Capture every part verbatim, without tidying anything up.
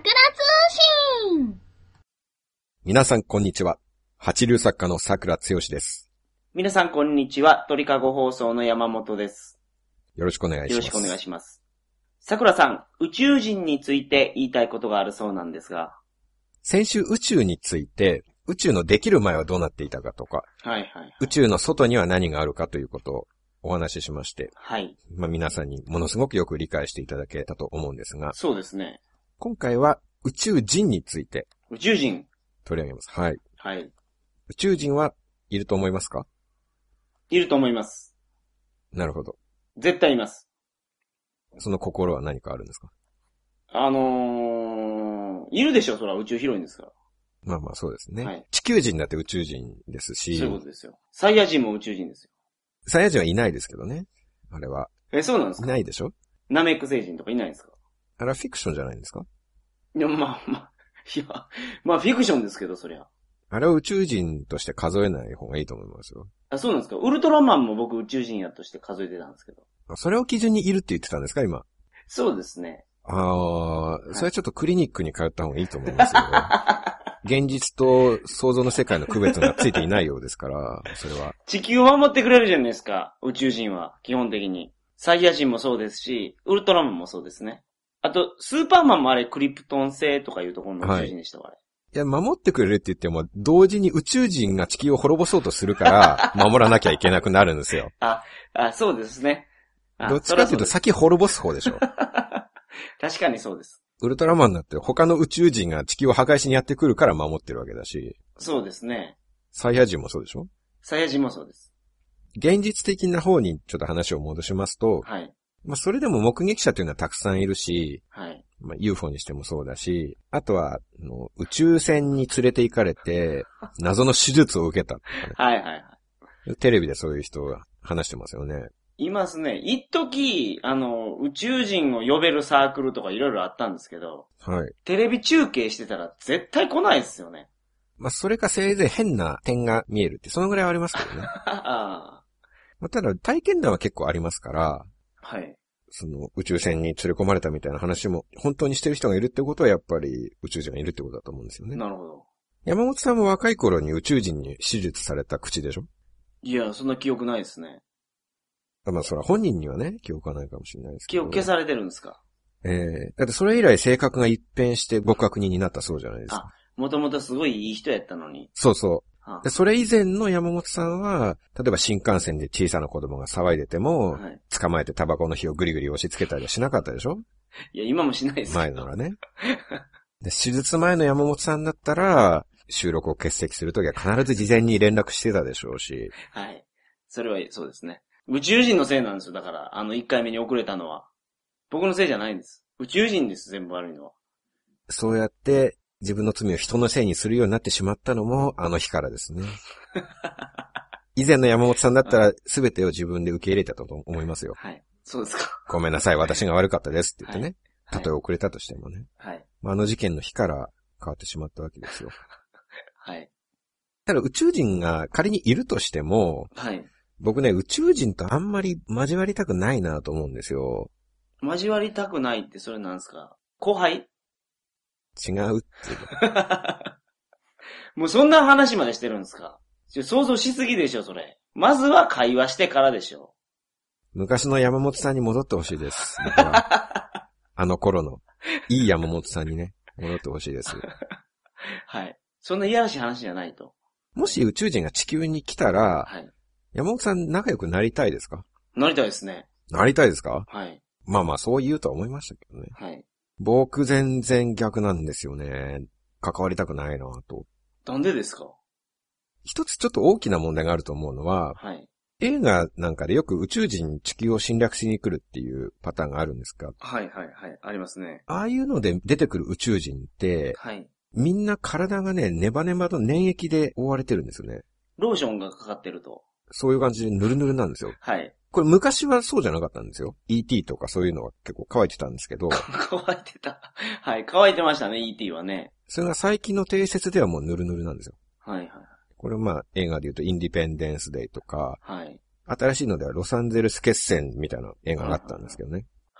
桜通信。 皆さんこんにちは。八流作家の桜つよしです。 皆さんこんにちは。鳥かご放送の山本です。 よろしくお願いします。 よろしくお願いします。桜さん、宇宙人について言いたいことがあるそうなんですが。 先週宇宙について、宇宙のできる前はどうなっていたかとか、 はいはいはい、 宇宙の外には何があるかということをお話ししまして、 はい。 まあ皆さんにものすごくよく理解していただけたと思うんですが、 そうですね。 今回は宇宙人について宇宙人取り上げます。はい。 はい。 宇宙人はいると思いますか？ いると思います。 なるほど。 絶対います。 その心は何かあるんですか？ あのー、いるでしょ、そら宇宙広いんですから。 まあまあそうですね。 はい。 地球人だって宇宙人ですし。 そういうことですよ。サイヤ人も宇宙人ですよ。 サイヤ人はいないですけどね。あれは。 え、そうなんですか？ いないでしょ？ ナメック星人とかいないんですか？ あれはフィクションじゃないんですか？ いや、まあまあ、いや、まあフィクションですけど、そりゃ。 あれは宇宙人として数えない方がいいと思いますよ。 あ、そうなんですか？ウルトラマンも僕宇宙人やとして数えてたんですけど。 それを基準にいるって言ってたんですか、今。 そうですね。 ああ、それはちょっとクリニックに通った方がいいと思いますよ。現実と想像の世界の区別がついていないようですから、それは。 地球を守ってくれるじゃないですか、宇宙人は、基本的に。サイヤ人もそうですし、ウルトラマンもそうですね。あと、スーパーマンもあれ、クリプトン星とかいうところの宇宙人でしたわ、はい、あれ。 いや、守ってくれるって言っても、同時に宇宙人が地球を滅ぼそうとするから、守らなきゃいけなくなるんですよ。 あ、あ、そうですね。 どっちかというと先滅ぼす方でしょ。 確かにそうです。 ウルトラマンだって他の宇宙人が地球を破壊しにやってくるから守ってるわけだし。 そうですね。 サイヤ人もそうでしょ？ サイヤ人もそうです。 現実的な方にちょっと話を戻しますと、 はい。 まあそれでも目撃者というのはたくさんいるし、 はい。 まあ、ユーフォー にしてもそうだし、あとは、あの宇宙船に連れて行かれて、謎の手術を受けたとかね。 はいはいはい。 テレビでそういう人が話してますよね。 いますね。一時、あの、宇宙人を呼べるサークルとかいろいろあったんですけど、はい。テレビ中継してたら絶対来ないですよね。 まあ、それかせいぜい変な点が見えるって、そのぐらいはありますけどね。あまあ、ただ、体験談は結構ありますから、はい。その、宇宙船に連れ込まれたみたいな話も、本当にしてる人がいるってことは、やっぱり宇宙人がいるってことだと思うんですよね。なるほど。山本さんも若い頃に宇宙人に手術された口でしょ？ いや、そんな記憶ないですね。 まあ、それは本人にはね、記憶はないかもしれないですけど。 記憶消されてるんですか？ ええー、だってそれ以来性格が一変して極悪人になったそうじゃないですか。 あ、もともとすごいいい人やったのに。 そうそう。はあ、でそれ以前の山本さんは、例えば新幹線で小さな子供が騒いでても、はい、捕まえてタバコの火をぐりぐり押し付けたりはしなかったでしょ？ いや、今もしないですけど。 前ならね。で、手術前の山本さんだったら、収録を欠席するときは必ず事前に連絡してたでしょうし。 はい。それはそうですね。宇宙人のせいなんですよ。だから、あの、一回目に遅れたのは。僕のせいじゃないんです。宇宙人です、全部悪いのは。 そうやって、自分の罪を人のせいにするようになってしまったのも、あの日からですね。以前の山本さんだったら、すべてを自分で受け入れたと思いますよ。 はい。そうですか。 ごめんなさい、私が悪かったですって言ってね。はい、たとえ遅れたとしてもね。はい。あの事件の日から変わってしまったわけですよ。はい。ただ宇宙人が仮にいるとしても、はい。僕ね、宇宙人とあんまり交わりたくないなと思うんですよ。 交わりたくないってそれなんですか？後輩？ 違うっていう。 もうそんな話までしてるんですか？想像しすぎでしょ、それ。まずは会話してからでしょ。 昔の山本さんに戻ってほしいです。僕はあの頃の、いい山本さんにね、戻ってほしいです。 はい。そんないやらしい話じゃないと。 もし宇宙人が地球に来たら、はい、山本さん仲良くなりたいですか？ なりたいですね。 なりたいですか？ はい。 まあまあそう言うとは思いましたけどね。はい。僕全然逆なんですよね。関わりたくないなと。 なんでですか？ 一つちょっと大きな問題があると思うのは、はい。映画なんかでよく宇宙人地球を侵略しに来るっていうパターンがあるんですか？ はいはいはい。ありますね。 ああいうので出てくる宇宙人って、はい。みんな体がね、ネバネバの粘液で覆われてるんですよね。 ローションがかかってると。 そういう感じでヌルヌルなんですよ。はい。これ昔はそうじゃなかったんですよ。イーティー とかそういうのは結構乾いてたんですけど。 乾いてた。はい。乾いてましたね、イーティー はね。 それが最近の定説ではもうヌルヌルなんですよ。はいはい。これまあ映画で言うとインディペンデンスデイとか。はい。新しいのではロサンゼルス決戦みたいな映画があったんですけどね。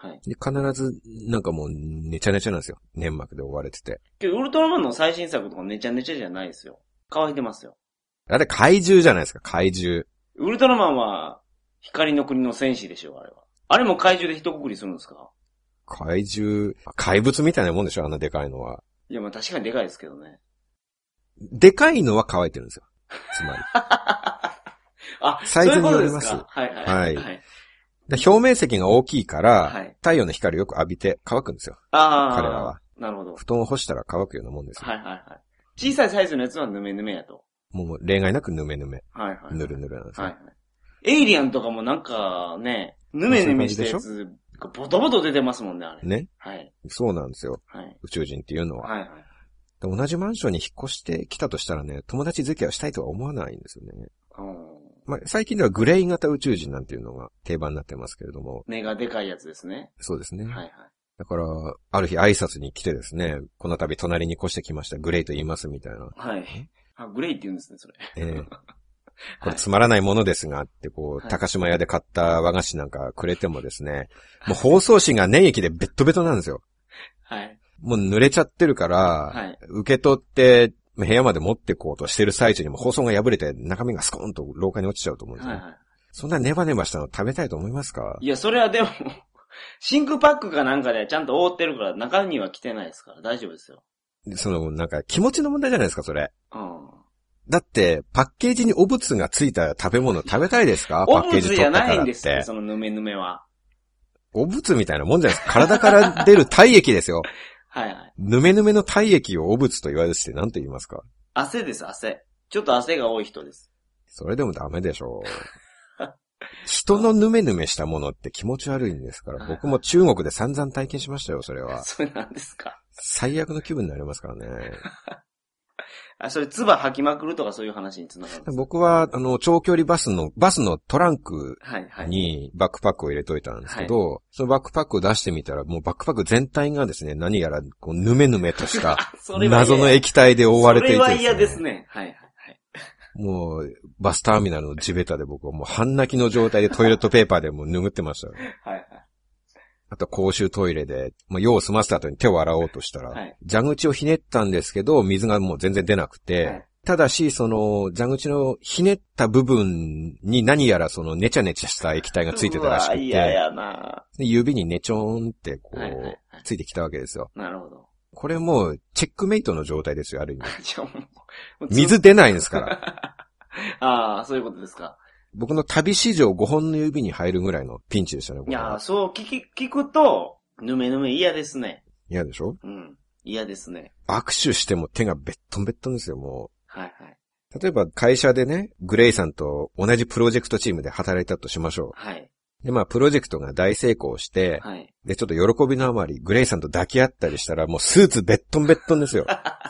はい。 で、必ず、なんかもう、ねちゃねちゃなんですよ。粘膜で覆われてて。 けど、ウルトラマンの最新作とかねちゃねちゃじゃないですよ。乾いてますよ。 あれ、怪獣じゃないですか、怪獣。 ウルトラマンは、光の国の戦士でしょ、あれは。あれも怪獣で一括りするんですか？ 怪獣、怪物みたいなもんでしょ、あんなでかいのは。 いや、まあ確かにでかいですけどね。 でかいのは乾いてるんですよ。つまり。 あ、 サイズによります。 そういうことですか。はいはい。はい。 で表面積が大きいから、 はい、 太陽の光をよく浴びて乾くんですよ。 ああ。 彼らは。 なるほど。 布団を干したら乾くようなもんですよ。 はいはいはい。小さいサイズのやつはヌメヌメやと。 もう例外なくヌメヌメ。 はいはい。 ぬるぬるなんですよ。 はいはい。エイリアンとかもなんかね、ヌメヌメしたやつがボトボト出てますもんね、あれ。 ね。 はい。 そうなんですよ。 はい。 宇宙人っていうのは。 はいはい。 で同じマンションに引っ越してきたとしたらね、友達付き合いをしたいとは思わないんですよね。 うん。 まあ、最近ではグレイ型宇宙人なんていうのが定番になってますけれども。 目がでかいやつですね。 そうですね。 はいはい。 だから、ある日挨拶に来てですね、この度隣に越してきました、グレイと言いますみたいな。 はい。あ、グレイって言うんですね、それ。 ええー、これつまらないものですが、ってこう、はい、高島屋で買った和菓子なんかくれてもですね、もう包装紙が粘液でベットベトなんですよ。 はい。 もう濡れちゃってるから、はい、受け取って、部屋まで持ってこうとしてる最中にも包装が破れて中身がスコーンと廊下に落ちちゃうと思うんですよ。はいはい、そんなネバネバしたの食べたいと思いますか？ いや、それはでも、真空パックかなんかでちゃんと覆ってるから中には来てないですから大丈夫ですよ。 その、なんか気持ちの問題じゃないですか、それ。 うん。 だって、パッケージにお物がついた食べ物食べたいですか？パッケージ取ったからって。お物じゃないんですって、 そのヌメヌメは。 お物みたいなもんじゃないですか。体から出る体液ですよ。 はいはい。 ぬめぬめの体液をお物と言われて何と言いますか？ 汗です、汗。ちょっと汗が多い人です。 それでもダメでしょう。人のぬめぬめしたものって気持ち悪いんですから、僕も中国で散々体験しましたよ、それは。 それなんですか？ 最悪の気分になりますからね。 あ、それ、唾吐きまくるとかそういう話につながるんですか？ 僕は、あの、長距離バスの、バスのトランクにバックパックを入れといたんですけど、はいはい、そのバックパックを出してみたら、もうバックパック全体がですね、何やら、こう、ぬめぬめとした謎の液体で覆われていて、ね、 それは嫌ですね。はいはいはい。 もう、バスターミナルの地べたで僕はもう半泣きの状態でトイレットペーパーでもう拭ってましたよ。 はいはい。 あと公衆トイレで、まあ、用を済ませた後に手を洗おうとしたら、はい、蛇口をひねったんですけど、水がもう全然出なくて、はい、ただし、その、蛇口のひねった部分に何やらそのネチャネチャした液体がついてたらしくて、 嫌やな。 指にネチョーンってこう、はいはいはい、ついてきたわけですよ。 なるほど。 これもう、チェックメイトの状態ですよ、ある意味。水出ないんですから。 ああ、そういうことですか。 僕の旅史上ごほんの指に入るぐらいのピンチでしたね。 いやー、そう聞き、聞くと、ぬめぬめ嫌ですね。 嫌でしょ？ うん。嫌ですね。 握手しても手がベットンベットンですよ、もう。はいはい。 例えば会社でね、グレイさんと同じプロジェクトチームで働いたとしましょう。 はい。で、 まあ、プロジェクトが大成功して、はい。で、ちょっと喜びのあまり、グレイさんと抱き合ったりしたら、もうスーツベットンベットンですよ。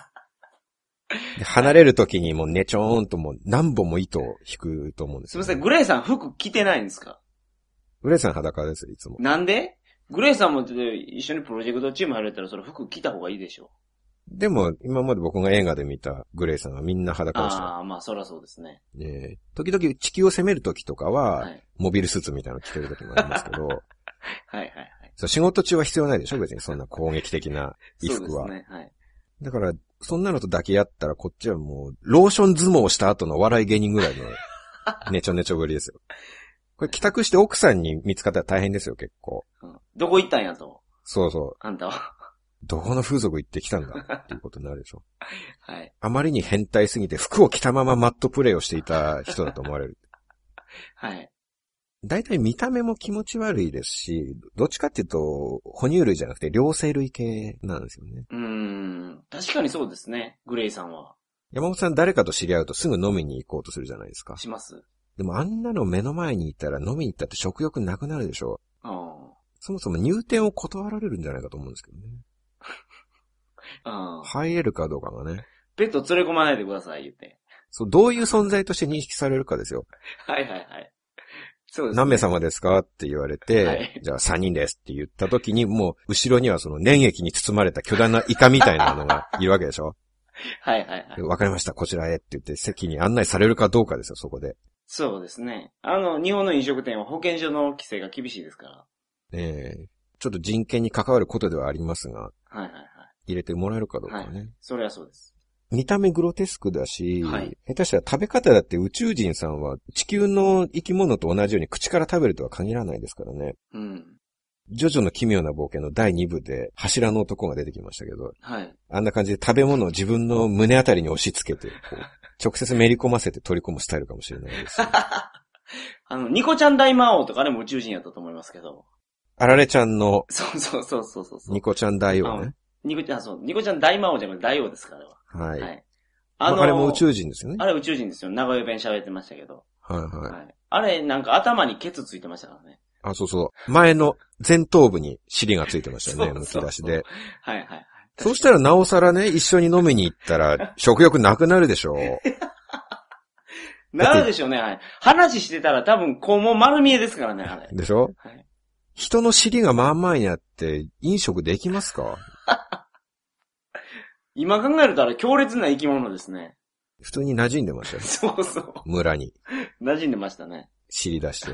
離れるときにもうねちょーんともう何本も糸を引くと思うんですよ、ね。 すみません、グレイさん服着てないんですか？ グレイさん裸です、いつも。 なんで？グレイさんも一緒にプロジェクトチーム入れたらそれ服着た方がいいでしょ。 でも、今まで僕が映画で見たグレイさんはみんな裸でした。 ああ、まあそらそうですね。 えー、時々地球を攻めるときとかは、はい、モビルスーツみたいなの着てるときもありますけど、 はいはいはい。 そう、仕事中は必要ないでしょ、別にそんな攻撃的な衣服は。 そうですね、はい。 だから、そんなのと抱き合ったらこっちはもう、ローション相撲をした後の笑い芸人ぐらいの、ねちょねちょぶりですよ。これ帰宅して奥さんに見つかったら大変ですよ、結構。 うん、どこ行ったんやと。 そうそう。 あんたは。 どこの風俗行ってきたんだっていうことになるでしょ。 はい。 あまりに変態すぎて服を着たままマットプレイをしていた人だと思われる。 はい。 だいたい見た目も気持ち悪いですし、どっちかっていうと、哺乳類じゃなくて両生類系なんですよね。 うーん。確かにそうですね、グレイさんは。 山本さん誰かと知り合うとすぐ飲みに行こうとするじゃないですか。 します。 でもあんなの目の前にいたら飲みに行ったって食欲なくなるでしょ。 ああ。 そもそも入店を断られるんじゃないかと思うんですけどね。 ああ。 入れるかどうかがね。 ペット連れ込まないでください、言って。 そう、どういう存在として認識されるかですよ。 はいはいはい。そうですね。 何名様ですかって言われて、はい、じゃあさんにんですって言った時に、もう後ろにはその粘液に包まれた巨大なイカみたいなのがいるわけでしょ。 はいはいはい。 わかりました、こちらへって言って席に案内されるかどうかですよ、そこで。 そうですね。あの、日本の飲食店は保健所の規制が厳しいですから。 ええー。 ちょっと人権に関わることではありますが、 はいはいはい。 入れてもらえるかどうかね。はい、 それはそうです。 見た目グロテスクだし、はい、下手したら食べ方だって宇宙人さんは地球の生き物と同じように口から食べるとは限らないですからね。うん。ジョジョの奇妙な冒険のだいにぶで柱の男が出てきましたけど、はい。あんな感じで食べ物を自分の胸あたりに押し付けて、こう、直接めり込ませて取り込むスタイルかもしれないです、ね。 あの、ニコちゃん大魔王とかあれも宇宙人やったと思いますけど。 あられちゃんの、 そうそうそうそうそう。 ニコちゃん大王ね。 ニコちゃん、そう、ニコちゃん大魔王じゃなくて大王ですから、 はい。はい。あのー、あれも宇宙人ですよね。 あれ宇宙人ですよ。名古屋弁喋ってましたけど。 はいはい。はい、 あれ、なんか頭にケツついてましたからね。 あ、そうそう。前の前頭部に尻がついてましたよね、むき出しで。 はいはいはい。 そうしたらなおさらね、一緒に飲みに行ったら、食欲なくなるでしょう。 なるでしょうね、はい。話してたら多分、肛門丸見えですからね、あれ。 でしょ、はい、人の尻が真ん前にあって、飲食できますか？ 今考えるとあれ強烈な生き物ですね。 普通に馴染んでましたよ。 そうそう。 村に。 馴染んでましたね。 尻出して。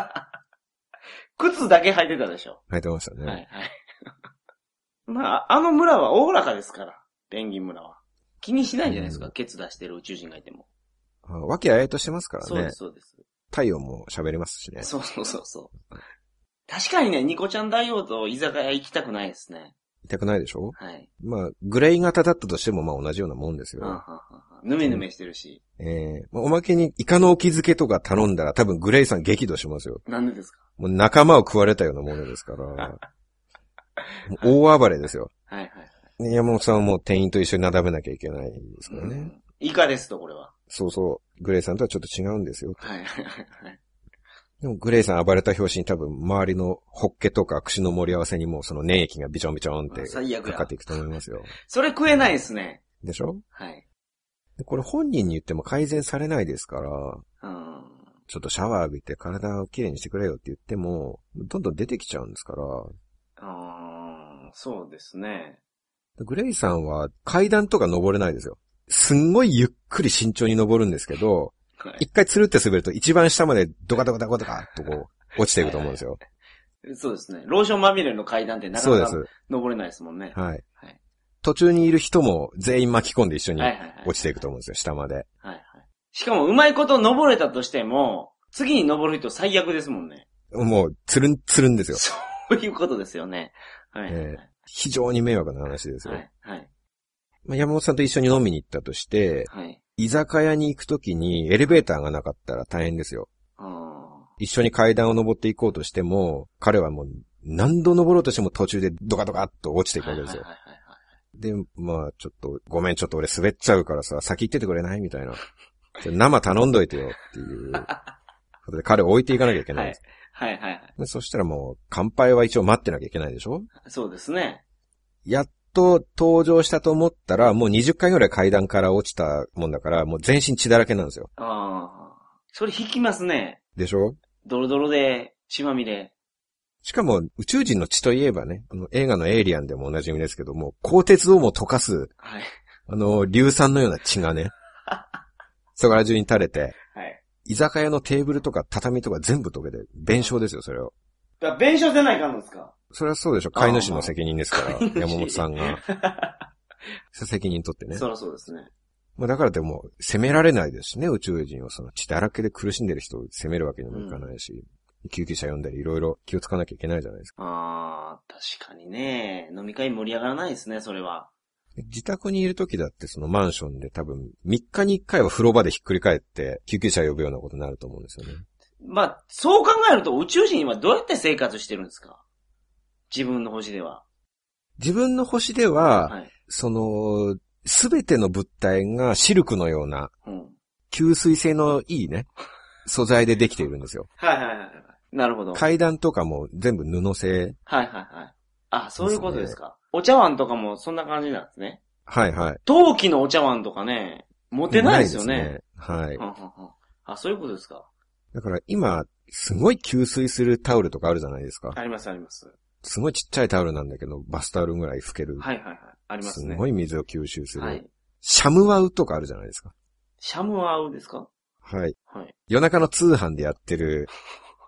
靴だけ履いてたでしょ。 履いてましたね。 はいはい。まあ、あの村はおおらかですから。ペンギン村は。気にしないじゃないですか。うん、ケツ出してる宇宙人がいても。 わけあやとしてますからね。 そうです、そうです。 太陽も喋りますしね。 そうそうそうそう。確かにね、ニコちゃん大王と居酒屋行きたくないですね。 行きたくないでしょ？ はい。 まあ、グレイ型だったとしてもまあ同じようなもんですよ。はははぬめぬめしてるし。 ええー、おまけにイカの沖漬けとか頼んだら多分グレイさん激怒しますよ。 なんでですか？ もう仲間を食われたようなものですから。大暴れですよ。 はいはいはい。 山本さんはもう店員と一緒になだめなきゃいけないですからね。うん、 イカですと、これは。 そうそう。グレイさんとはちょっと違うんですよ。 はいはいはい。 でもグレイさん暴れた拍子に多分周りのホッケとか串の盛り合わせにもその粘液がビチョンビチョンってかかっていくと思いますよ。 それ食えないですね。 でしょ？ はい。 これ本人に言っても改善されないですから、 うん、 ちょっとシャワー浴びて体をきれいにしてくれよって言っても、どんどん出てきちゃうんですから。 あー、そうですね。 グレイさんは階段とか登れないですよ。すんごいゆっくり慎重に登るんですけど、はい、一回つるって滑ると一番下までドカドカドカドカっとこう落ちていくと思うんですよ。 はいはい、そうですね。ローションまみれの階段ってなかなか登れないですもんね。 はい。はい、途中にいる人も全員巻き込んで一緒に落ちていくと思うんですよ、下まで。はいはい。しかもうまいこと登れたとしても、次に登る人最悪ですもんね。 もう、つるんつるんですよ。 そういうことですよね。はい、 えー。非常に迷惑な話ですよ。 はい。はい。 まあ、山本さんと一緒に飲みに行ったとして、はい。居酒屋に行くときにエレベーターがなかったら大変ですよ。あ、一緒に階段を登っていこうとしても、彼はもう何度登ろうとしても途中でドカドカっと落ちていくわけですよ。はいはいはいはい、で、まあちょっと、ごめんちょっと俺滑っちゃうからさ、先行っててくれないみたいな。生頼んどいてよっていうことで彼を置いていかなきゃいけないです。 はい、はい、はいはい。 そしたらもう乾杯は一応待ってなきゃいけないでしょ？ そうですね。 やっと登場したと思ったら、もうにじゅっかいぐらい階段から落ちたもんだから、もう全身血だらけなんですよ。 ああ。それ引きますね。 でしょ？ ドロドロで、血まみれ。 しかも、宇宙人の血といえばね、この映画のエイリアンでもおなじみですけども、鋼鉄をも溶かす、はい、あの、硫酸のような血がね、そこら中に垂れて、はい、居酒屋のテーブルとか畳とか全部溶けて、弁償ですよ、それを。 だから弁償せないかんですか？ それはそうでしょ。飼い主の責任ですから、山本さんが。責任取ってね。 そりゃそうですね。 まあだからでも、責められないですしね、宇宙人をその血だらけで苦しんでる人を責めるわけにもいかないし、うん、救急車呼んだりいろいろ気をつかなきゃいけないじゃないですか。 ああ、確かにね。飲み会盛り上がらないですね、それは。 自宅にいる時だってそのマンションで多分みっかにいっかいは風呂場でひっくり返って救急車呼ぶようなことになると思うんですよね。 まあ、そう考えると宇宙人はどうやって生活してるんですか？自分の星では。 自分の星では、はい、その、すべての物体がシルクのような、うん、吸水性のいいね、素材でできているんですよ。 はいはいはい。なるほど。 階段とかも全部布製。 はいはいはい。あ、そういうことですか。ですね、お茶碗とかもそんな感じなんですね。 はいはい。 陶器のお茶碗とかね、持てないですよね。ないですね。 はい。 あ、そういうことですか。 だから今、すごい吸水するタオルとかあるじゃないですか。 ありますあります。 すごいちっちゃいタオルなんだけど、バスタオルぐらい拭ける。 はいはいはい。ありますね。 すごい水を吸収する。はい。シャムワウとかあるじゃないですか。 シャムワウですか？ はい。はい。夜中の通販でやってる、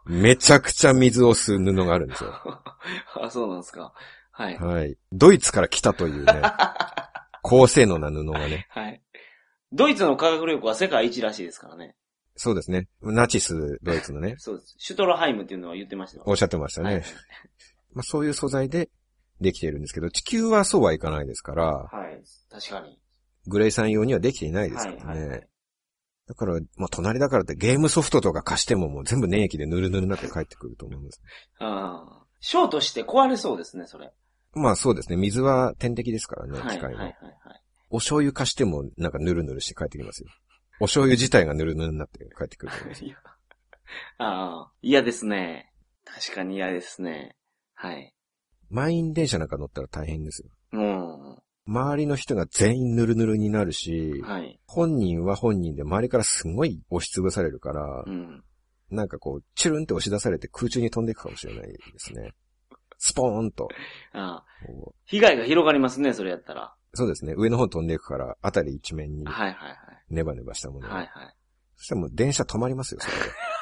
めちゃくちゃ水を吸う布があるんですよ。 あ、そうなんですか。はい。 はい。ドイツから来たというね、高性能な布がね。 はい。ドイツの科学力は世界一らしいですからね。 そうですね。ナチス、ドイツのね。 そうです。シュトロハイムっていうのは言ってましたよ。 おっしゃってましたね。はい、まあ、そういう素材でできているんですけど、地球はそうはいかないですから。 はい。確かに。 グレイさん用にはできていないですからね。はいはいはい、だから、まあ、隣だからってゲームソフトとか貸してももう全部粘液でヌルヌルになって帰ってくると思います。 ああ。ショートして壊れそうですね、それ。 まあそうですね。水は天敵ですからね、 はい、 機械の。 はいはいはい。 お醤油貸してもなんかヌルヌルして帰ってきますよ。お醤油自体がヌルヌルになって帰ってくると思います。 ああ、嫌ですね。確かに嫌ですね。はい。 満員電車なんか乗ったら大変ですよ。 うん。 周りの人が全員ヌルヌルになるし、 はい、 本人は本人で周りからすごい押しつぶされるから、うん、なんかこう、チュルンって押し出されて空中に飛んでいくかもしれないですね。スポーンと。 ああ、被害が広がりますね、それやったら。 そうですね。上の方飛んでいくから、あたり一面に。 はいはいはい。 ネバネバしたもの。 はいはい。 そしたらもう電車止まりますよ、それで。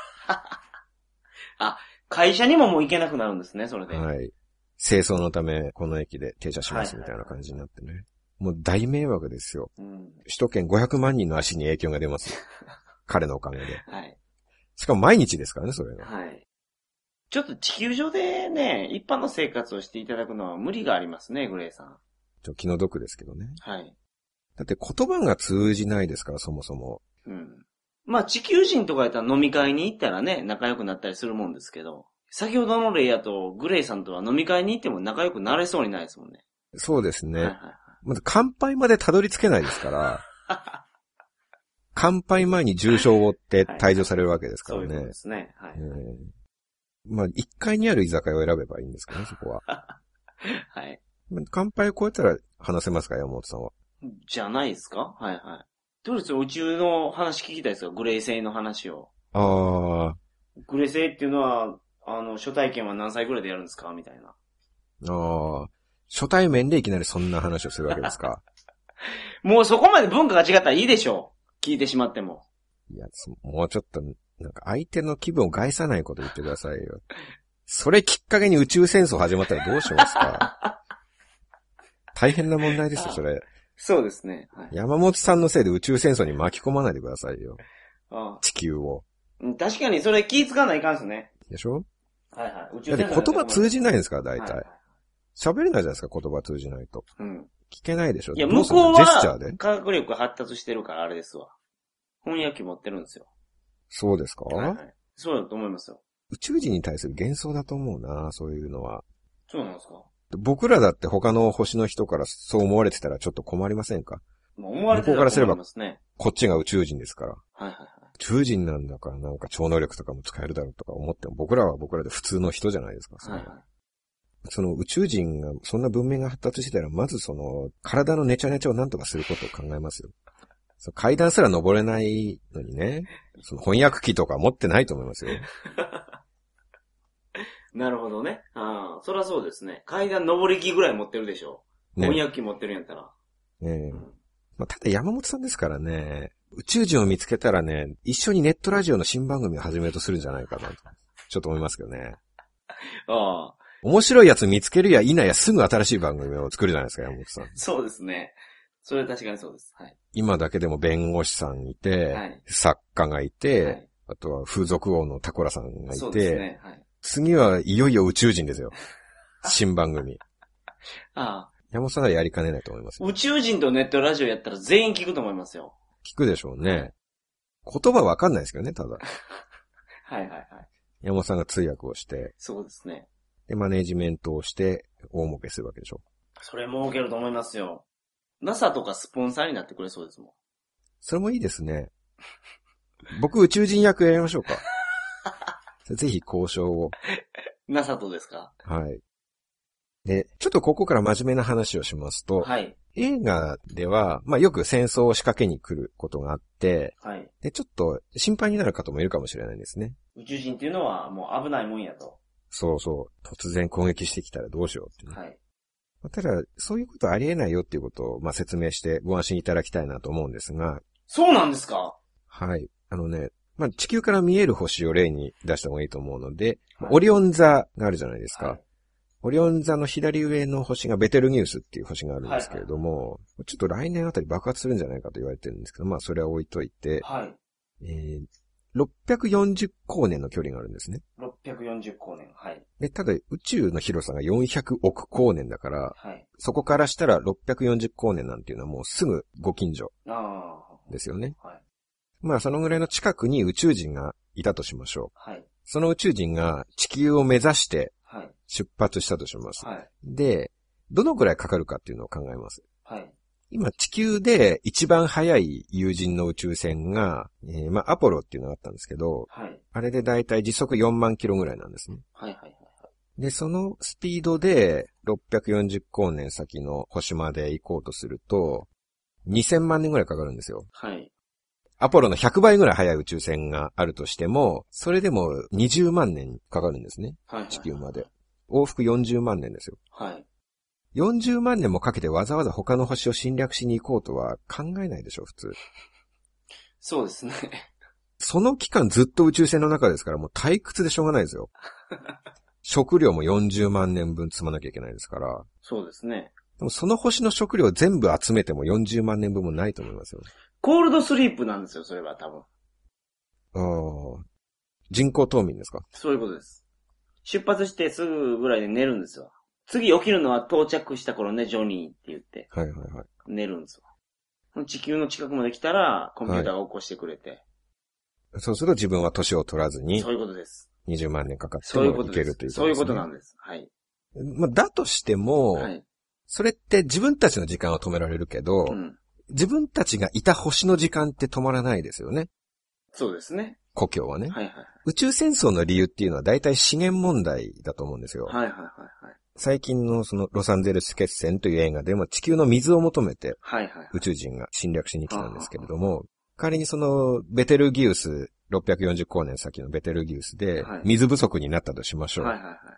あ、会社にももう行けなくなるんですね、それで。 はい。清掃のため、この駅で停車しますみたいな感じになってね。はいはいはい、もう大迷惑ですよ。うん、首都圏ごひゃくまんにんの足に影響が出ますよ。彼のおかげで。はい。しかも毎日ですからね、それが。 はい。ちょっと地球上でね、一般の生活をしていただくのは無理がありますね、グレイさん。 ちょっと気の毒ですけどね。 はい。 だって言葉が通じないですから、そもそも。 うん。まあ地球人とかやったら飲み会に行ったらね、仲良くなったりするもんですけど、先ほどの例やとグレイさんとは飲み会に行っても仲良くなれそうにないですもんね。 そうですね。 はいはいはい、 まず乾杯までたどり着けないですから、乾杯前に重傷を負って退場されるわけですからね。はいはい、そうですね。はい、はい。 えー、まあ、いっかいにある居酒屋を選べばいいんですかね、そこは。 はい。 乾杯を超えたら話せますか、山本さんは。 じゃないですか、はいはい。どうですよ、宇宙の話聞きたいですよ、グレイ星の話を。 ああ。 グレイ星っていうのは、あの、初体験は何歳ぐらいでやるんですかみたいな。 ああ。初対面でいきなりそんな話をするわけですか。 もうそこまで文化が違ったらいいでしょう。聞いてしまっても。 いや、もうちょっと、なんか相手の気分を害さないこと言ってくださいよ。それきっかけに宇宙戦争始まったらどうしますか。大変な問題ですよ、それ。 そうですね、 はい。山本さんのせいで宇宙戦争に巻き込まないでくださいよ。ああ、地球を。 確かにそれ気ぃつかないかんすね。 でしょ。 はいはい。宇宙戦争だって言葉通じないんですから、大体。喋、はいはい、れないじゃないですか、言葉通じないと。うん。聞けないでしょ。 いや、向こうは、ジェスチャーで科学力発達してるからあれですわ。翻訳機持ってるんですよ。 そうですか、はいはい、 そうだと思いますよ。 宇宙人に対する幻想だと思うな、そういうのは。 そうなんですか。 僕らだって他の星の人からそう思われてたらちょっと困りませんか。 まあ、思われてたら困りますね。向こうからすれば、 こっちが宇宙人ですから。 はいはいはい。 宇宙人なんだからなんか超能力とかも使えるだろうとか思っても、僕らは僕らで普通の人じゃないですか。はいはい。その宇宙人が、そんな文明が発達してたら、まずその、体のネチャネチャをなんとかすることを考えますよ。その階段すら登れないのにね、その翻訳機とか持ってないと思いますよ。なるほどね。ああ、そりゃそうですね。階段登り機ぐらい持ってるでしょ。ね、翻訳機持ってるんやったら。 ええーうん、まあ、ただ山本さんですからね、宇宙人を見つけたらね、一緒にネットラジオの新番組を始めようとするんじゃないかなと。ちょっと思いますけどね。ああ。面白いやつ見つけるや否やすぐ新しい番組を作るじゃないですか、山本さん。 そうですね。それは確かにそうです。はい。 今だけでも弁護士さんいて、はい、作家がいて、はい、あとは風俗王のタコラさんがいて、そうですね。はい、次はいよいよ宇宙人ですよ。新番組。ああ。山本さんならやりかねないと思います。 宇宙人とネットラジオやったら全員聞くと思いますよ。 聞くでしょうね。言葉わかんないですけどね、ただ。 はいはいはい。 山本さんが通訳をして。 そうですね。 で、マネージメントをして大儲けするわけでしょ。 それ儲けると思いますよ。ナサ とかスポンサーになってくれそうですもん。 それもいいですね。僕宇宙人役やりましょうか。ぜひ交渉を。 ナサ とですか？ はい。で、ちょっとここから真面目な話をしますと、はい、映画では、まあよく戦争を仕掛けに来ることがあって、はい、で、ちょっと心配になる方もいるかもしれないですね。 宇宙人っていうのはもう危ないもんやと。 そうそう。突然攻撃してきたらどうしようって、ね。はい。ただ、そういうことありえないよっていうことを、まあ、説明してご安心いただきたいなと思うんですが。 そうなんですか？ はい。あのね、 まあ、地球から見える星を例に出した方がいいと思うので、はい、オリオン座があるじゃないですか。はい、オリオン座の左上の星がベテルギウスっていう星があるんですけれども、はいはい、ちょっと来年あたり爆発するんじゃないかと言われてるんですけど、まあそれは置いといて、はい、えー、ろっぴゃくよんじゅう光年の距離があるんですね。 ろっぴゃくよんじゅう光年。はい。 で、ただ宇宙の広さがよんひゃくおく光年だから、はい、そこからしたらろっぴゃくよんじゅう光年なんていうのはもうすぐご近所ですよね。はい。まあそのぐらいの近くに宇宙人がいたとしましょう。はい。その宇宙人が地球を目指して出発したとします。はい。で、どのぐらいかかるかっていうのを考えます。はい。今地球で一番速い有人の宇宙船が、えー、まあアポロっていうのがあったんですけど、はい。あれでだいたい時速よんまんキロぐらいなんですね。はいはいはい。で、そのスピードでろっぴゃくよんじゅう光年先の星まで行こうとすると、にせんまん年ぐらいかかるんですよ。はい。アポロのひゃくばいぐらい速い宇宙船があるとしても、それでもにじゅうまん年かかるんですね。はいはいはい、地球まで。往復よんじゅうまん年ですよ。はい。よんじゅうまん年もかけてわざわざ他の星を侵略しに行こうとは考えないでしょ、普通。 そうですね。 その期間ずっと宇宙船の中ですからもう退屈でしょうがないですよ。食料もよんじゅうまん年分積まなきゃいけないですから。 そうですね。 でもその星の食料全部集めてもよんじゅうまん年分もないと思いますよ。 コールドスリープなんですよ、それは多分。 ああ。人工冬眠ですか？ そういうことです。出発してすぐぐらいで寝るんですよ。次起きるのは到着した頃ね、ジョニーって言って。はいはいはい。寝るんですよ。地球の近くまで来たら、コンピューターが起こしてくれて。 はい、そうすると自分は年を取らずに。 そういうことです。 にじゅうまん年かかってもいけるということですね。 そういうことなんです。はい。 まあ、だとしても、はい、それって自分たちの時間は止められるけど、うん、自分たちがいた星の時間って止まらないですよね。 そうですね。 故郷はね。はいはい。宇宙戦争の理由っていうのは大体資源問題だと思うんですよ。はいはいはい、はい。最近のそのロサンゼルス決戦という映画でも地球の水を求めて宇宙人が侵略しに来たんですけれども、仮にそのベテルギウス、ろっぴゃくよんじゅう光年先のベテルギウスで水不足になったとしましょう。はいはいはいはい、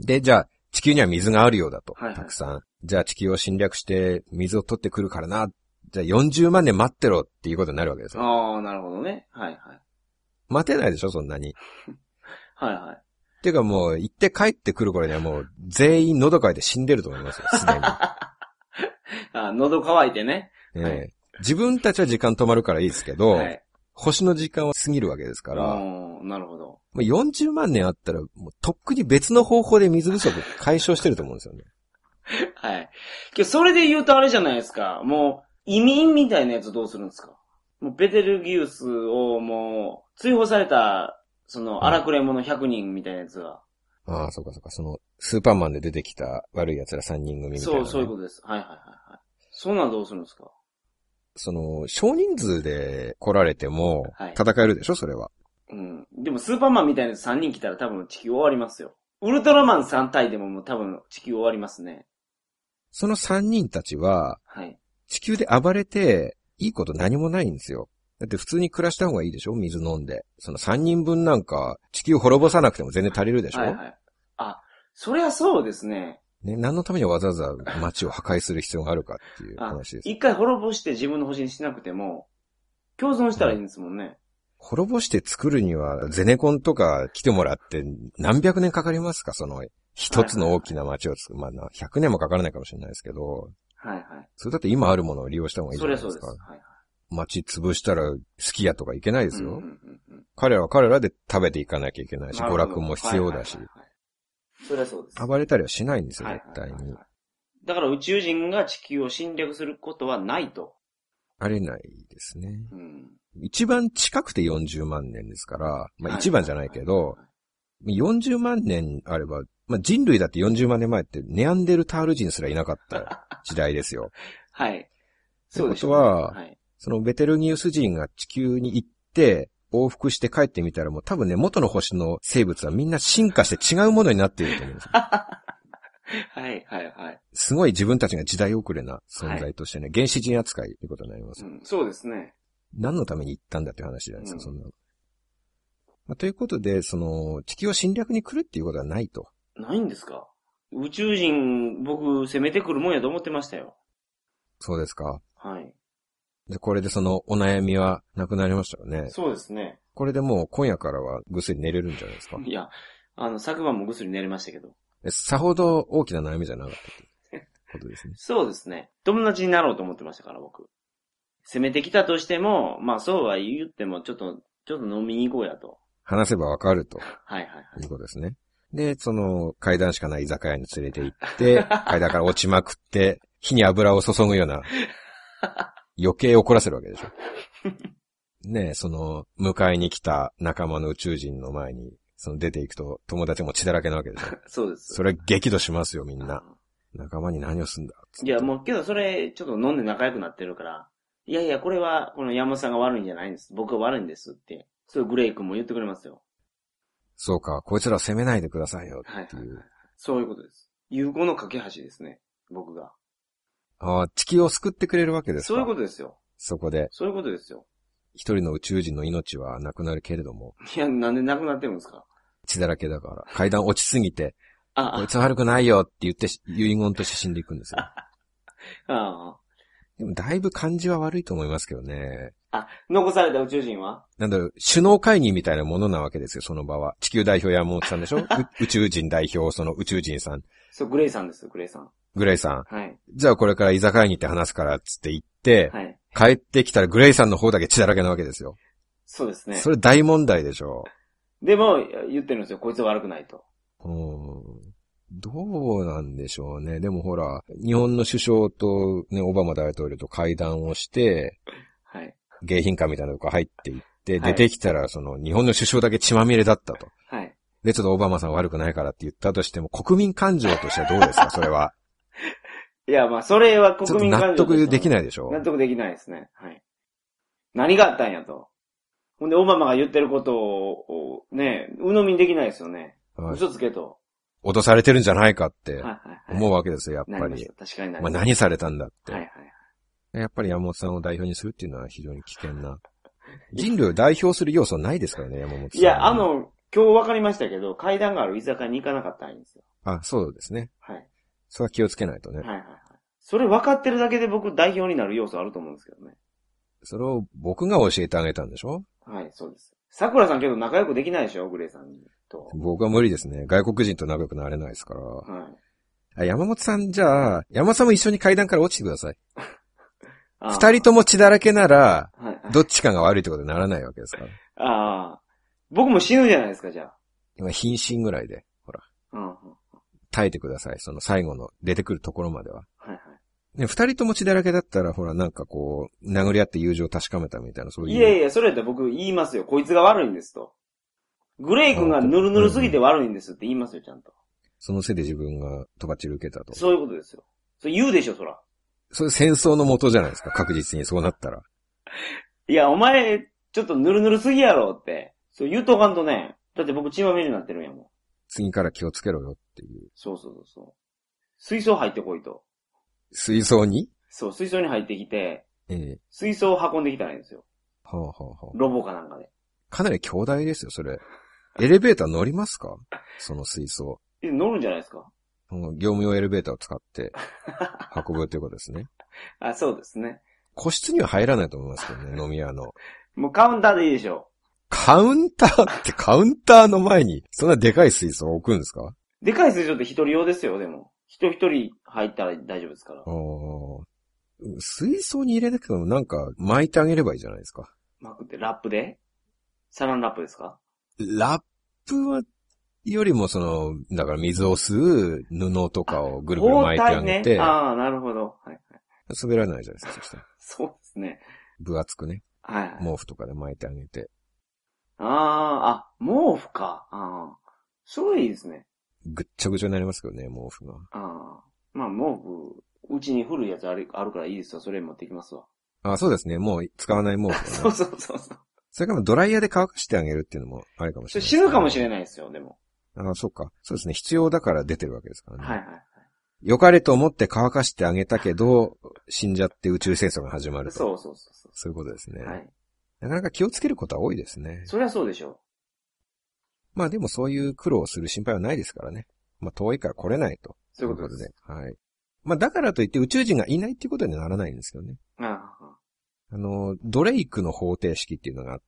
で、じゃあ地球には水があるようだと、はいはい、たくさん。じゃあ地球を侵略して水を取ってくるからな。じゃあよんじゅうまん年待ってろっていうことになるわけですよ。 ああ、なるほどね。はいはい。 待てないでしょ、そんなに。 はいはい。 っていうかもう行って帰ってくる頃にはもう全員喉乾いて死んでると思いますよ、すでに。 あ、喉乾いてね。 ええーはい、自分たちは時間止まるからいいですけど、はい、星の時間は過ぎるわけですから。 なるほど。 もうよんじゅうまん年あったら、もうとっくに別の方法で水不足解消してると思うんですよね。 はい。けどそれで言うとあれじゃないですか。もう移民みたいなやつどうするんですか？もうベテルギウスをもう追放された、その荒くれ者ひゃくにんみたいなやつが。 ああ、そうかそうか。その、スーパーマンで出てきた悪い奴らさんにん組みたいな、ね。 そう、そういうことです。はいはいはいはい。そんなんどうするんですか？ その、少人数で来られても、戦えるでしょ、はい、それは。 うん。でもスーパーマンみたいなさんにん来たら多分地球終わりますよ。ウルトラマンさん体でももう多分地球終わりますね。 そのさんにんたちは、はい、地球で暴れて、いいこと何もないんですよ。だって普通に暮らした方がいいでしょ？水飲んで。そのさんにんぶんなんか、地球滅ぼさなくても全然足りるでしょ？はいはい。 あ、そりゃそうですね。 ね、何のためにわざわざ街を破壊する必要があるかっていう話です。 一回滅ぼして自分の星にしなくても、共存したらいいんですもんね。うん、 滅ぼして作るには、ゼネコンとか来てもらって何百年かかりますか？その、一つの大きな街を作る。はいはいはい、まあ、ひゃくねんもかからないかもしれないですけど。はいはい。それだって今あるものを利用した方がいいじゃないですか。それはそうです。はいはい。街潰したらスキヤとか行けないですよ。うんうんうんうん、彼らは彼らで食べていかなきゃいけないし、娯楽も必要だし。はいはいはいはい、 それはそうです。 暴れたりはしないんですよ、絶対に、はいはいはいはい。 だから宇宙人が地球を侵略することはないと。 ありないですね。うん、一番近くてよんじゅうまん年ですから、まあ一番じゃないけど、はいはいはいはい、よんじゅうまん年あれば、まあ人類だってよんじゅうまん年前ってネアンデルタール人すらいなかった時代ですよ。はい。そうですね。ってことは、はい、そのベテルギウス人が地球に行って往復して帰ってみたらもう多分ね、元の星の生物はみんな進化して違うものになっていると思うんですよ。 はいはいはい。 すごい自分たちが時代遅れな存在としてね、はい、原始人扱いということになります、うん。 そうですね。 何のために行ったんだっていう話じゃないですか、うん、そんなの。まあ、ということで、その、地球を侵略に来るっていうことはないと。 ないんですか？宇宙人、僕、攻めてくるもんやと思ってましたよ。 そうですか。 はい。 で、これでそのお悩みはなくなりましたよね。 そうですね。 これでもう今夜からはぐっすり寝れるんじゃないですか。 いや、あの、昨晩もぐっすり寝れましたけど。 さほど大きな悩みじゃなかったってことですね。 そうですね。友達になろうと思ってましたから、僕。攻めてきたとしても、まあそうは言っても、ちょっと、ちょっと飲みに行こうやと。 話せばわかると。 はいはいはい。 いうことですね。で、その階段しかない居酒屋に連れて行って、階段から落ちまくって、火に油を注ぐような、余計怒らせるわけでしょ。ねえ、その、迎えに来た仲間の宇宙人の前に、その出ていくと友達も血だらけなわけでしょ。 そうです。 それ激怒しますよ、みんな。仲間に何をすんだっつって。 いや、もう、けどそれ、ちょっと飲んで仲良くなってるから、いやいや、これは、この山本さんが悪いんじゃないんです。僕が悪いんですって。そういうグレイ君も言ってくれますよ。 そうか、こいつら責めないでくださいよっていう。はいはいはい、 そういうことです。友好の架け橋ですね、僕が。 ああ、地球を救ってくれるわけですか。 そういうことですよ。 そこで。 そういうことですよ。 一人の宇宙人の命はなくなるけれども。 いや、なんでなくなってるんですか。 血だらけだから。階段落ちすぎて、 ああこいつは悪くないよって言って遺言として死んでいくんですよ。 ああ。 でもだいぶ感じは悪いと思いますけどね。 あ、残された宇宙人はなんだろう、首脳会議みたいなものなわけですよ、その場は。地球代表山本さんでしょ宇宙人代表、その宇宙人さん。 そう、グレイさんです、グレイさん。 グレイさん。 はい。 じゃあこれから居酒屋に行って話すからっつって言って、はい。帰ってきたらグレイさんの方だけ血だらけなわけですよ。 そうですね。 それ大問題でしょ。 でも、言ってるんですよ、こいつは悪くないと。 うーん。どうなんでしょうね。でもほら、日本の首相とね、オバマ大統領と会談をして、はい。迎賓館みたいなとこ入っていって、はい、出てきたら、その、日本の首相だけ血まみれだったと。はい。で、ちょっとオバマさん悪くないからって言ったとしても、国民感情としてはどうですか、それは。 いや、まあ、それは国民感情としては。 納得できないでしょ。 納得できないですね。はい。何があったんやと。ほんで、オバマが言ってることを、ね、鵜呑みにできないですよね。はい、嘘つけと。 脅されてるんじゃないかって思うわけですよ、やっぱり。 確かになりまあ、何されたんだって、 はいはい。 やっぱり山本さんを代表にするっていうのは非常に危険な。人類を代表する要素ないですからね、山本さん。 いや、あの、今日分かりましたけど、階段がある居酒屋に行かなかったらいいんですよ。 あ、そうですね。 はい。 それは気をつけないとね。 はいはいはい。それ分かってるだけで僕代表になる要素あると思うんですけどね。 それを僕が教えてあげたんでしょ？ はい、そうです。桜さんけど仲良くできないでしょ、グレイさんと。 僕は無理ですね。外国人と仲良くなれないですから。はい。あ、山本さんじゃあ、山本さんも一緒に階段から落ちてください。二人とも血だらけなら、はい、どっちかが悪いってことにならないわけですから。 ああ。僕も死ぬじゃないですか、じゃあ。 今、瀕死ぐらいで、ほら。うん、うん。耐えてください。その最後の出てくるところまでは。はいはい。ね、二人とも血だらけだったら、ほら、なんかこう、殴り合って友情を確かめたみたいな、そういう。 いやいや、それやったら僕言いますよ。こいつが悪いんですと。グレイ君がヌルヌルすぎて悪いんですって言いますよ、ちゃんと。 そのせいで自分がとばっちり受けたと。 そういうことですよ。それ言うでしょ、そら。 それ戦争の元じゃないですか、確実にそうなったら。 いや、お前、ちょっとヌルヌルすぎやろって。そう言うとかんとね。だって僕血まみれになってるんやもん。 次から気をつけろよっていう。 そうそうそう。水槽入ってこいと。 水槽に？ そう、水槽に入ってきて、 ええ、 水槽を運んできたらいいんですよ。 はあはあはあ、 ロボかなんかで。 かなり強大ですよ、それ。エレベーター乗りますか？その水槽。 乗るんじゃないですか？ 業務用エレベーターを使って運ぶということですね。 あ、そうですね。 個室には入らないと思いますけどね、飲み屋の。 もうカウンターでいいでしょ。 カウンターってカウンターの前に、そんなでかい水槽を置くんですか？ でかい水槽って一人用ですよ、でも。人一人入ったら大丈夫ですから。 水槽に入れなくてもなんか巻いてあげればいいじゃないですか。 巻くってラップで？サランラップですか？ ラップは、よりもその、だから水を吸う布とかをぐるぐる巻いてあげて。 ね、ああ、なるほど。はいはい。 滑らないじゃないですか、そしたら。 そうですね。 分厚くね。 はい、はい。 毛布とかで巻いてあげて。 ああ、あ、毛布か。ああ。それいいですね。 ぐっちゃぐちゃになりますけどね、毛布が。 ああ。まあ、毛布、うちに古いやつある、あるからいいですよ。それ持ってきますわ。 ああ、そうですね。もう使わない毛布、ね。 そうそうそうそう。 それからドライヤーで乾かしてあげるっていうのもありかもしれない、 ね。死ぬかもしれないですよ、でも。 ああ、そうか。そうですね。必要だから出てるわけですからね。 はいはいはい。 良かれと思って乾かしてあげたけど、死んじゃって宇宙戦争が始まると。 そうそうそうそう。 そういうことですね。 はい。 なかなか気をつけることは多いですね。 そりゃそうでしょう。 まあでもそういう苦労をする心配はないですからね。まあ遠いから来れないと。 そういうことです。 はい。まあだからといって宇宙人がいないっていうことにはならないんですけどね。 ああ。 あの、ドレイクの方程式っていうのがあって、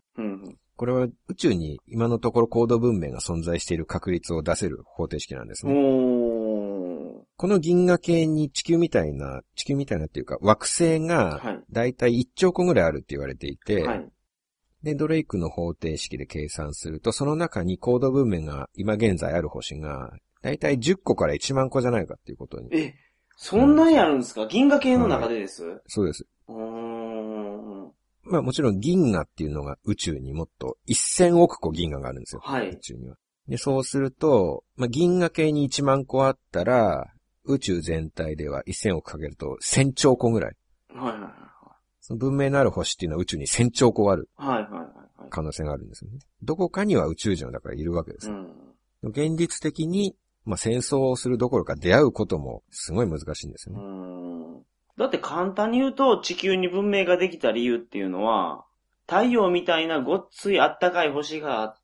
うん、 これは宇宙に今のところ高度文明が存在している確率を出せる方程式なんですね。 おこの銀河系に地球みたいな、地球みたいなっていうか惑星がだいたいいっちょうこぐらいあるって言われていて、はい、で、ドレイクの方程式で計算すると、その中に高度文明が今現在ある星がだいたいじゅっこからいちまんこじゃないかっていうことに。 え、そんなにあるんですか？銀河系の中でです？はい、 そうです。 うーんまあもちろん銀河っていうのが宇宙にもっとせんおくこ銀河があるんですよ。 はい。 宇宙には。で、そうすると、まあ銀河系にいちまんこあったら、宇宙全体ではせんおくかけるとせんちょうこぐらい。 はいはいはい。 その文明のある星っていうのは宇宙にせんちょうこある。 はいはいはい。 可能性があるんですよね。どこかには宇宙人だからいるわけですよ。うん、現実的に、まあ戦争をするどころか出会うこともすごい難しいんですよね。 うんだって簡単に言うと地球に文明ができた理由っていうのは、太陽みたいなごっついあったかい星があって、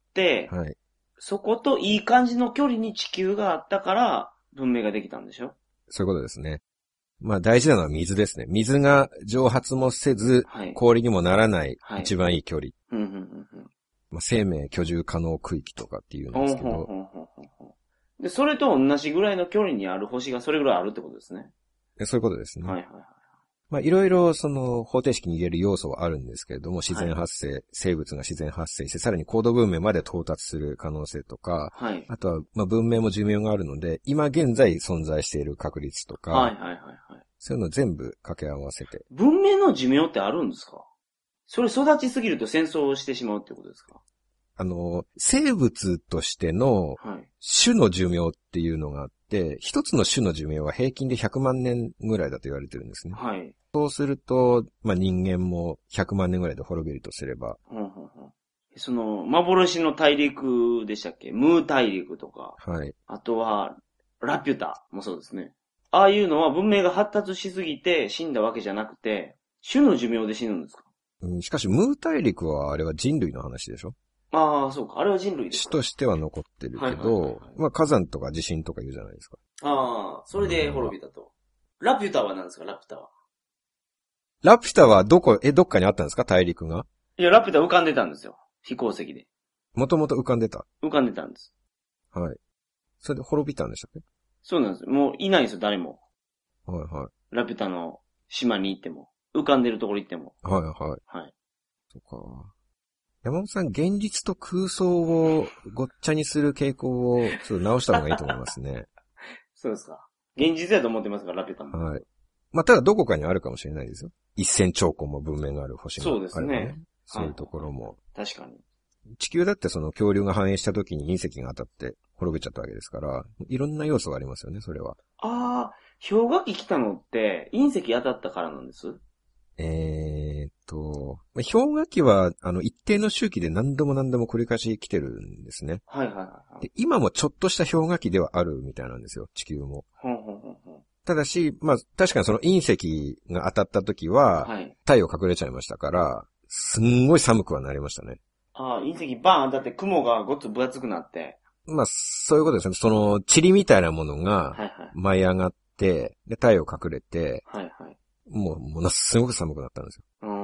はい、そこといい感じの距離に地球があったから文明ができたんでしょ？ そういうことですね。まあ大事なのは水ですね。水が蒸発もせず、はい、氷にもならない一番いい距離。はいうんうんうんうんまあ、生命居住可能区域とかっていうんですけど。ほうほうほうほうほうで、それと同じぐらいの距離にある星がそれぐらいあるってことですね。 そういうことですね。 はいはいはい。 まあいろいろその方程式に言える要素はあるんですけれども、自然発生、はい、生物が自然発生して、さらに高度文明まで到達する可能性とか、はい、あとはまあ文明も寿命があるので、今現在存在している確率とか、はいはいはいはい、そういうのを全部掛け合わせて。 文明の寿命ってあるんですか？それ育ちすぎると戦争をしてしまうってことですか？ あの、生物としての種の寿命っていうのがあって、一つの種の寿命は平均でひゃくまんねんぐらいだと言われてるんですね。はい。そうすると、まあ、人間もひゃくまんねんぐらいで滅びるとすれば。 うんうんうん、その、幻の大陸でしたっけ？ムー大陸とか。はい。あとは、ラピュタもそうですね。ああいうのは文明が発達しすぎて死んだわけじゃなくて、種の寿命で死ぬんですか？ うん、しかし、ムー大陸はあれは人類の話でしょ？ ああ、そうか。あれは人類ですか？ 種としては残ってるけど、まあ火山とか地震とか言うじゃないですか。 ああ、それで滅びたと。ラピュタは何ですか？ラピュタは。 ラピュタはどこ、え、どっかにあったんですか？大陸が。 いや、ラピュタ浮かんでたんですよ。飛行石で。 もともと浮かんでた？ 浮かんでたんです。 はい。それで滅びたんでしたっけ？ そうなんです。もういないんですよ、誰も。 はいはい。 ラピュタの島に行っても。浮かんでるところ行っても。 はいはい。はい。そっか。山本さん、現実と空想をごっちゃにする傾向をちょっと直した方がいいと思いますね。 そうですか。現実だと思ってますから、ラピュタも。 はい。まあ、ただどこかにあるかもしれないですよ。一千兆個も文明がある星がある、ね。そうですね。そういうところも。 確かに。 地球だってその恐竜が繁栄した時に隕石が当たって滅びちゃったわけですから、いろんな要素がありますよね、それは。 ああ、氷河期来たのって隕石当たったからなんです？ えーっと、氷河期は、あの、一定の周期で何度も何度も繰り返し来てるんですね。 はいはいはい。 で、今もちょっとした氷河期ではあるみたいなんですよ、地球も。ほんほんほんほんただし、まあ、確かにその隕石が当たった時は、はい、太陽隠れちゃいましたから、すんごい寒くはなりましたね。 ああ、隕石バーンだって雲がごっつ分厚くなって。 まあ、そういうことですね。その、塵みたいなものが、舞い上がって、はいはい、で、太陽隠れて、はいはい、もう、ものすごく寒くなったんですよ。うん。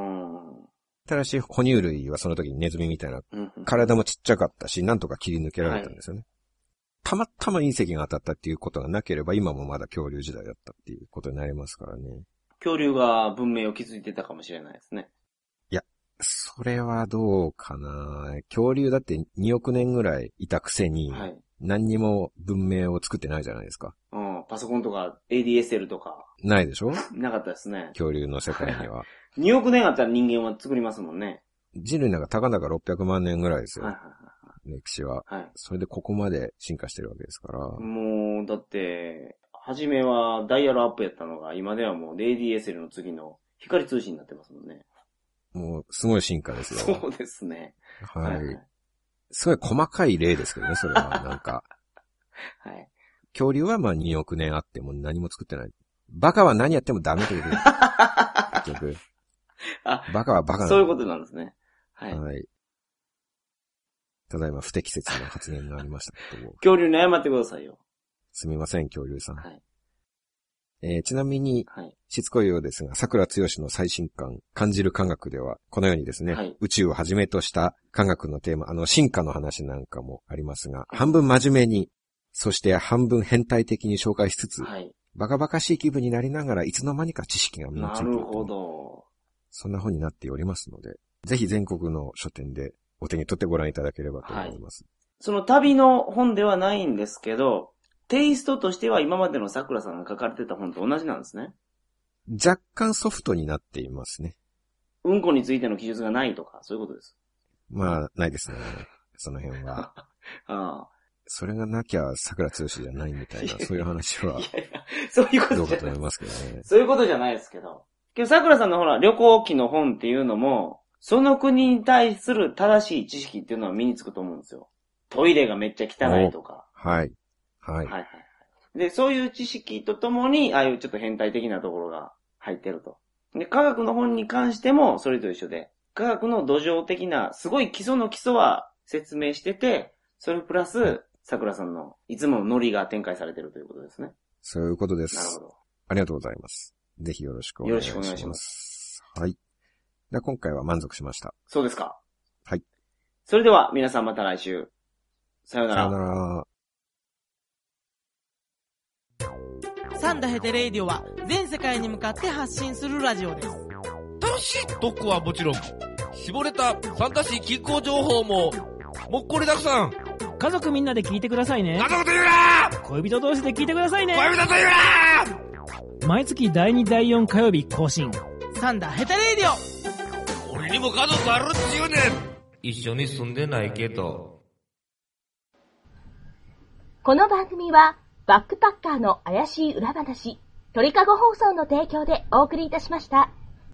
ただし、哺乳類はその時にネズミみたいな、体もちっちゃかったし、なんとか切り抜けられたんですよね。はい、たまたま隕石が当たったっていうことがなければ、今もまだ恐竜時代だったっていうことになりますからね。 恐竜が文明を築いてたかもしれないですね。 いや、それはどうかな。恐竜だってにおくねんぐらいいたくせに、はい、何にも文明を作ってないじゃないですか。 うん、パソコンとか エーディーエスエル とか。 ないでしょ？ なかったですね。 恐竜の世界には。 におくねんあったら人間は作りますもんね。 人類なんかたかだかろっぴゃくまんねんぐらいですよ。はいはいはい、歴史は、はい。それでここまで進化してるわけですから。 もう、だって、初めはダイヤルアップやったのが、今ではもう エーディーエスエル の次の光通信になってますもんね。 もう、すごい進化ですよ。 そうですね。 はい。はいはい、すごい細かい例ですけどね、それは。なんか。はい。恐竜はまあにおくねんあっても何も作ってない。バカは何やってもダメということです。結局。あ、バカはバカなんだ。 そういうことなんですね。はい。 はい。ただいま不適切な発言がありましたけども。 恐竜に謝ってくださいよ。 すみません、恐竜さん。はい。 えー、ちなみに、はい、しつこいようですが、桜つよしの最新刊、感じる科学では、このようにですね、はい、宇宙をはじめとした科学のテーマ、あの、進化の話なんかもありますが、半分真面目に、そして半分変態的に紹介しつつ、はい、バカバカしい気分になりながらいつの間にか知識が身についている。なるほど。そんな本になっておりますので、ぜひ全国の書店でお手に取ってご覧いただければと思います。はい、 その旅の本ではないんですけど、テイストとしては今までの桜さんが書かれてた本と同じなんですね。 若干ソフトになっていますね。 うんこについての記述がないとか、そういうことです。 まあ、ないですね。その辺は。ああ。それがなきゃ桜つよしじゃないみたいな、そういう話は。いやいや、そういうことじゃない。どうかと思いますけどね。 そういうことじゃないですけど。今日桜さんのほら、旅行記の本っていうのも、その国に対する正しい知識っていうのは身につくと思うんですよ。トイレがめっちゃ汚いとか。 はい。はい。 はいはい。で、そういう知識とともに、ああいうちょっと変態的なところが入ってると。で、科学の本に関してもそれと一緒で、科学の土壌的な、すごい基礎の基礎は説明してて、それプラス、桜さんのいつものノリが展開されてるということですね。 そういうことです。 なるほど。 ありがとうございます。ぜひよろしくお願いします。よろしくお願いします。はい。で、今回は満足しました。 そうですか。 はい。 それでは皆さんまた来週。さよなら。 さよなら。 サンダヘテレイディオは全世界に向かって発信するラジオです。 楽しい特攻はもちろん、絞れたサンタシー気候情報ももっこりたくさん。 家族みんなで聞いてくださいね。 家族と言うな。 恋人同士で聞いてくださいね。 恋人と言うな。毎月だいにだいよん火曜日更新、 サンダヘテレイディオ。俺にも家族あるっちゅうねん。一緒に住んでないけど。 この番組はバックパッカーの怪しい裏話、鳥かご放送の提供でお送りいたしました。